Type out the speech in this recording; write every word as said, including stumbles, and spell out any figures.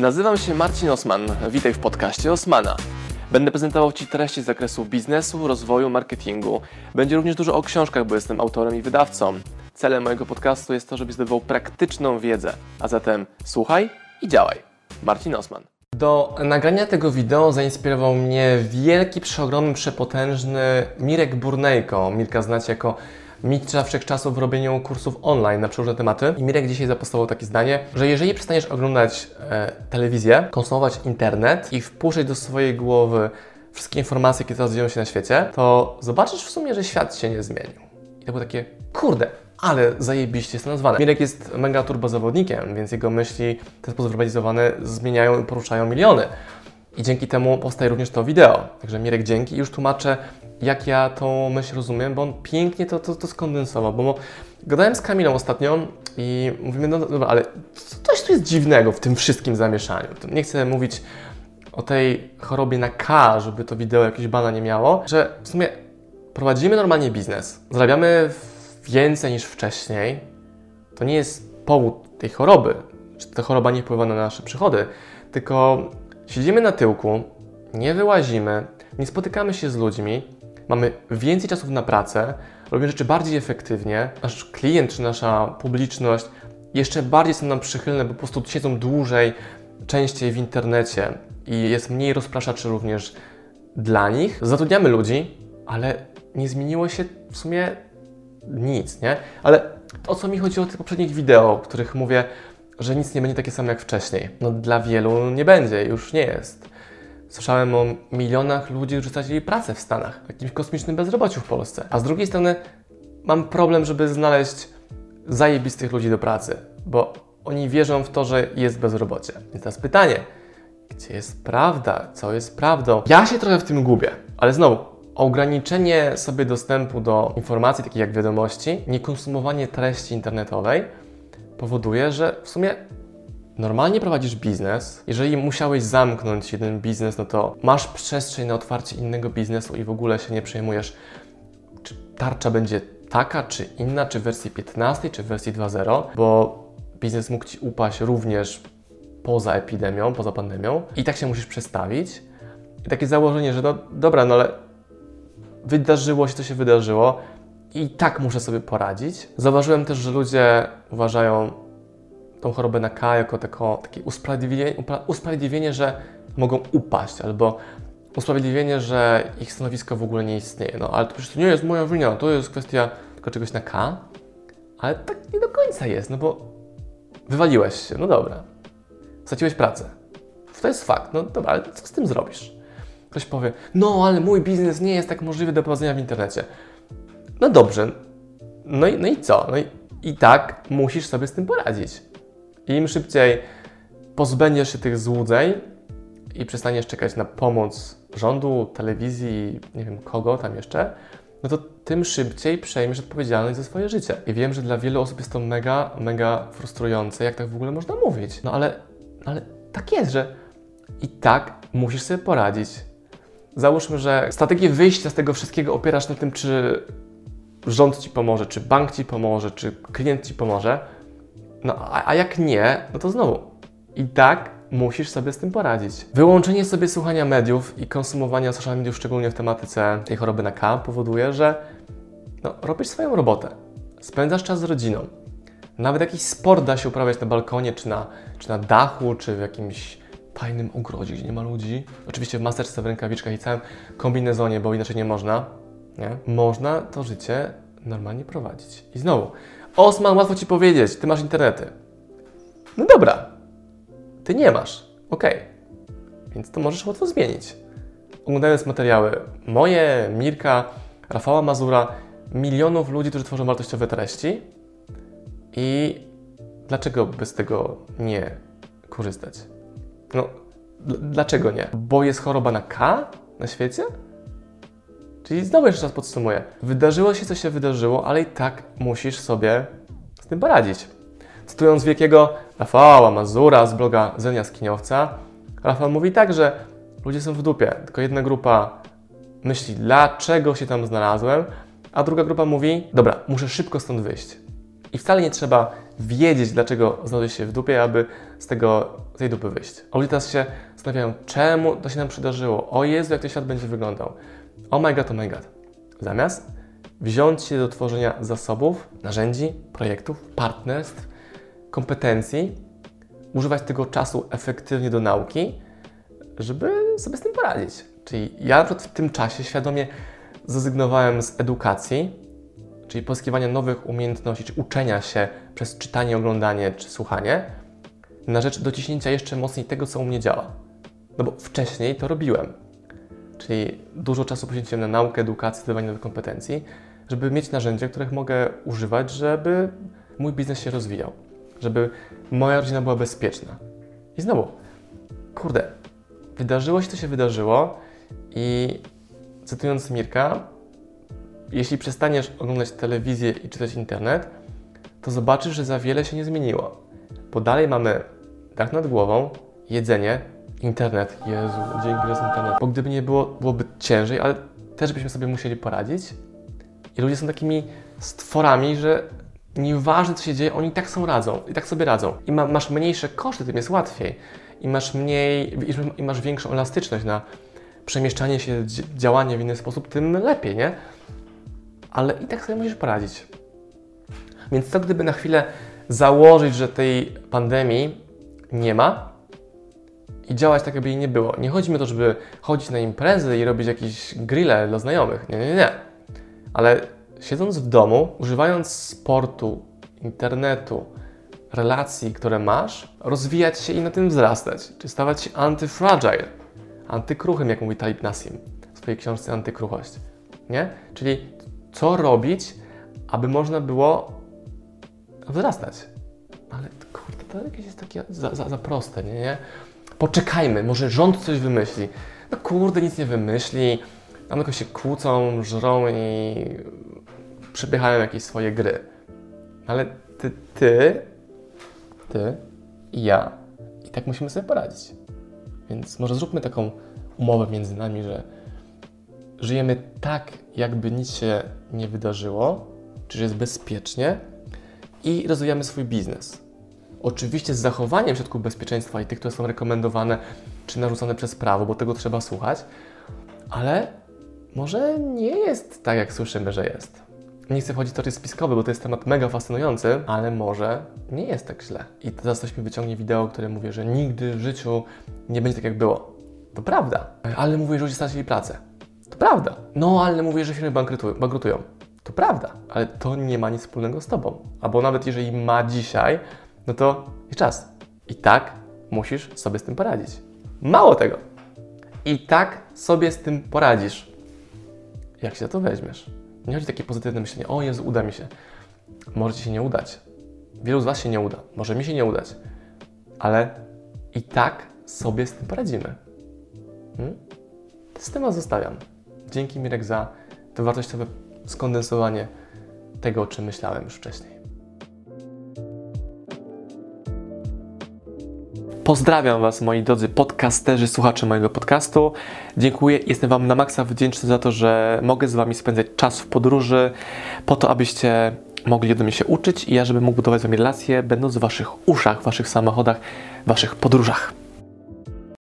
Nazywam się Marcin Osman. Witaj w podcaście Osmana. Będę prezentował Ci treści z zakresu biznesu, rozwoju, marketingu. Będzie również dużo o książkach, bo jestem autorem i wydawcą. Celem mojego podcastu jest to, żebyś zdobywał praktyczną wiedzę. A zatem słuchaj i działaj. Marcin Osman. Do nagrania tego wideo zainspirował mnie wielki, przeogromny, przepotężny Mirek Burnejko. Mirka znacie jako mistrza wszechczasów w robieniu kursów online na przeróżne tematy. I Mirek dzisiaj zapostował takie zdanie, że jeżeli przestaniesz oglądać e, telewizję, konsumować internet i wpuszczać do swojej głowy wszystkie informacje, jakie teraz dzieją się na świecie, to zobaczysz w sumie, że świat się nie zmienił. I to było takie, kurde, ale zajebiście jest to nazwane. Mirek jest mega turbozawodnikiem, więc jego myśli w ten sposób zorganizowane zmieniają i poruszają miliony. I dzięki temu powstaje również to wideo. Także Mirek, dzięki. Już tłumaczę, jak ja tą myśl rozumiem, bo on pięknie to, to, to skondensował. Bo gadałem z Kamilą ostatnio i mówimy, no dobra, ale coś tu jest dziwnego w tym wszystkim zamieszaniu. Nie chcę mówić o tej chorobie na K, żeby to wideo jakieś bana nie miało, że w sumie prowadzimy normalnie biznes, zarabiamy więcej niż wcześniej. To nie jest powód tej choroby, czy ta choroba nie wpływa na nasze przychody, tylko siedzimy na tyłku, nie wyłazimy, nie spotykamy się z ludźmi, mamy więcej czasu na pracę, robimy rzeczy bardziej efektywnie, nasz klient czy nasza publiczność jeszcze bardziej są nam przychylne, bo po prostu siedzą dłużej, częściej w internecie i jest mniej rozpraszaczy również dla nich. Zatrudniamy ludzi, ale nie zmieniło się w sumie nic, nie? Ale o co mi chodzi o tych poprzednich wideo, w których mówię, że nic nie będzie takie samo jak wcześniej. No dla wielu nie będzie, już nie jest. Słyszałem o milionach ludzi, którzy stracili pracę w Stanach, jakimś kosmicznym bezrobociu w Polsce. A z drugiej strony mam problem, żeby znaleźć zajebistych ludzi do pracy, bo oni wierzą w to, że jest bezrobocie. Więc teraz pytanie, gdzie jest prawda? Co jest prawdą? Ja się trochę w tym gubię, ale znowu, ograniczenie sobie dostępu do informacji, takich jak wiadomości, niekonsumowanie treści internetowej powoduje, że w sumie normalnie prowadzisz biznes. Jeżeli musiałeś zamknąć jeden biznes, no to masz przestrzeń na otwarcie innego biznesu i w ogóle się nie przejmujesz, czy tarcza będzie taka, czy inna, czy w wersji piętnastej, czy w wersji dwa zero, bo biznes mógł Ci upaść również poza epidemią, poza pandemią i tak się musisz przestawić. I takie założenie, że no dobra, no ale wydarzyło się, co się wydarzyło i tak muszę sobie poradzić. Zauważyłem też, że ludzie uważają tą chorobę na K jako tako, takie usprawiedliwienie, usprawiedliwienie, że mogą upaść, albo usprawiedliwienie, że ich stanowisko w ogóle nie istnieje. No ale to przecież to nie jest moja wina, to jest kwestia tylko czegoś na K, ale tak nie do końca jest, no bo wywaliłeś się, no dobra, straciłeś pracę, to jest fakt, no dobra, ale co z tym zrobisz? Ktoś powie, no ale mój biznes nie jest tak możliwy do prowadzenia w internecie. No dobrze, no i, no i co? No i, i tak musisz sobie z tym poradzić. Im szybciej pozbędziesz się tych złudzeń i przestaniesz czekać na pomoc rządu, telewizji, nie wiem kogo tam jeszcze, no to tym szybciej przejmiesz odpowiedzialność za swoje życie. I wiem, że dla wielu osób jest to mega, mega frustrujące, jak tak w ogóle można mówić. No ale, ale tak jest, że i tak musisz sobie poradzić. Załóżmy, że strategię wyjścia z tego wszystkiego opierasz na tym, czy rząd Ci pomoże, czy bank Ci pomoże, czy klient Ci pomoże. No a, a jak nie, no to znowu i tak musisz sobie z tym poradzić. Wyłączenie sobie słuchania mediów i konsumowania social mediów, szczególnie w tematyce tej choroby na K, powoduje, że no, robisz swoją robotę, spędzasz czas z rodziną. Nawet jakiś sport da się uprawiać na balkonie, czy na, czy na dachu, czy w jakimś tajnym ogrodzie, gdzie nie ma ludzi. Oczywiście w maseczce, w rękawiczkach i całym kombinezonie, bo inaczej nie można. Nie? Można to życie normalnie prowadzić. I znowu, Osman, łatwo Ci powiedzieć, Ty masz internety. No dobra, Ty nie masz, okej, okay. Więc to możesz łatwo zmienić. Oglądając materiały moje, Mirka, Rafała Mazura, milionów ludzi, którzy tworzą wartościowe treści i dlaczego bez tego nie korzystać? No, dlaczego nie? Bo jest choroba na K na świecie? Czyli znowu jeszcze raz podsumuję. Wydarzyło się, co się wydarzyło, ale i tak musisz sobie z tym poradzić. Cytując wielkiego Rafała Mazura z bloga Zen Jaskiniowca, Rafał mówi tak, że ludzie są w dupie. Tylko jedna grupa myśli, dlaczego się tam znalazłem, a druga grupa mówi, dobra, muszę szybko stąd wyjść. I wcale nie trzeba wiedzieć, dlaczego znaleźć się w dupie, aby z tego, z tej dupy wyjść. A ludzie teraz się zastanawiają, czemu to się nam przydarzyło. O Jezu, jak ten świat będzie wyglądał. Oh my god, oh my god. Zamiast wziąć się do tworzenia zasobów, narzędzi, projektów, partnerstw, kompetencji, używać tego czasu efektywnie do nauki, żeby sobie z tym poradzić. Czyli ja na przykład w tym czasie świadomie zrezygnowałem z edukacji, czyli pozyskiwania nowych umiejętności, czy uczenia się przez czytanie, oglądanie czy słuchanie, na rzecz dociśnięcia jeszcze mocniej tego, co u mnie działa. No bo wcześniej to robiłem. Czyli dużo czasu poświęciłem na naukę, edukację, zdobywanie nowych kompetencji, żeby mieć narzędzia, których mogę używać, żeby mój biznes się rozwijał, żeby moja rodzina była bezpieczna. I znowu, kurde, wydarzyło się to się wydarzyło i cytując Mirka, jeśli przestaniesz oglądać telewizję i czytać internet, to zobaczysz, że za wiele się nie zmieniło. Bo dalej mamy dach nad głową, jedzenie, internet. Jezu, dzięki za internet. Bo gdyby nie było, byłoby ciężej, ale też byśmy sobie musieli poradzić. I ludzie są takimi stworami, że nieważne co się dzieje, oni i tak są radzą, i tak sobie radzą. I ma, masz mniejsze koszty, tym jest łatwiej. I masz mniej, i masz większą elastyczność na przemieszczanie się, działanie w inny sposób, tym lepiej, nie? Ale i tak sobie musisz poradzić. Więc co gdyby na chwilę założyć, że tej pandemii nie ma i działać tak, jakby jej nie było. Nie chodzi mi o to, żeby chodzić na imprezy i robić jakieś grille dla znajomych. Nie, nie, nie. Ale siedząc w domu, używając sportu, internetu, relacji, które masz, rozwijać się i na tym wzrastać. Czy stawać się antyfragile, antykruchym, jak mówi Talib Nassim w swojej książce Antykruchość. Nie? Czyli co robić, aby można było wzrastać. Ale kurde, to jakieś jest takie za, za, za proste, nie, nie? Poczekajmy, może rząd coś wymyśli. No kurde, nic nie wymyśli. Tam tylko się kłócą, żrą i przepychają jakieś swoje gry. Ale ty, ty, ty i ja i tak musimy sobie poradzić. Więc może zróbmy taką umowę między nami, że żyjemy tak, jakby nic się nie wydarzyło, czy że jest bezpiecznie i rozwijamy swój biznes. Oczywiście z zachowaniem środków bezpieczeństwa i tych, które są rekomendowane czy narzucone przez prawo, bo tego trzeba słuchać, ale może nie jest tak, jak słyszymy, że jest. Nie chcę wchodzić w teorie spiskowe, bo to jest temat mega fascynujący, ale może nie jest tak źle. I teraz ktoś mi wyciągnie wideo, które mówi, że nigdy w życiu nie będzie tak, jak było. To prawda. Ale mówię, że ludzie stracili pracę. To prawda. No, ale mówię, że firmy bankrutują. bankrutują. To prawda. Ale to nie ma nic wspólnego z Tobą. Albo nawet jeżeli ma dzisiaj, no to jest czas. I tak musisz sobie z tym poradzić. Mało tego. I tak sobie z tym poradzisz. Jak się za to weźmiesz? Nie chodzi o takie pozytywne myślenie, o Jezu, uda mi się. Może Ci się nie udać. Wielu z Was się nie uda. Może mi się nie udać. Ale i tak sobie z tym poradzimy. Hmm? Z tym Was zostawiam. Dzięki Mirek za to wartościowe skondensowanie tego, o czym myślałem już wcześniej. Pozdrawiam Was, moi drodzy podcasterzy, słuchacze mojego podcastu. Dziękuję, jestem Wam na maksa wdzięczny za to, że mogę z Wami spędzać czas w podróży, po to, abyście mogli ode mnie się uczyć i ja, żebym mógł budować z Wami relacje, będąc w Waszych uszach, w Waszych samochodach, w Waszych podróżach.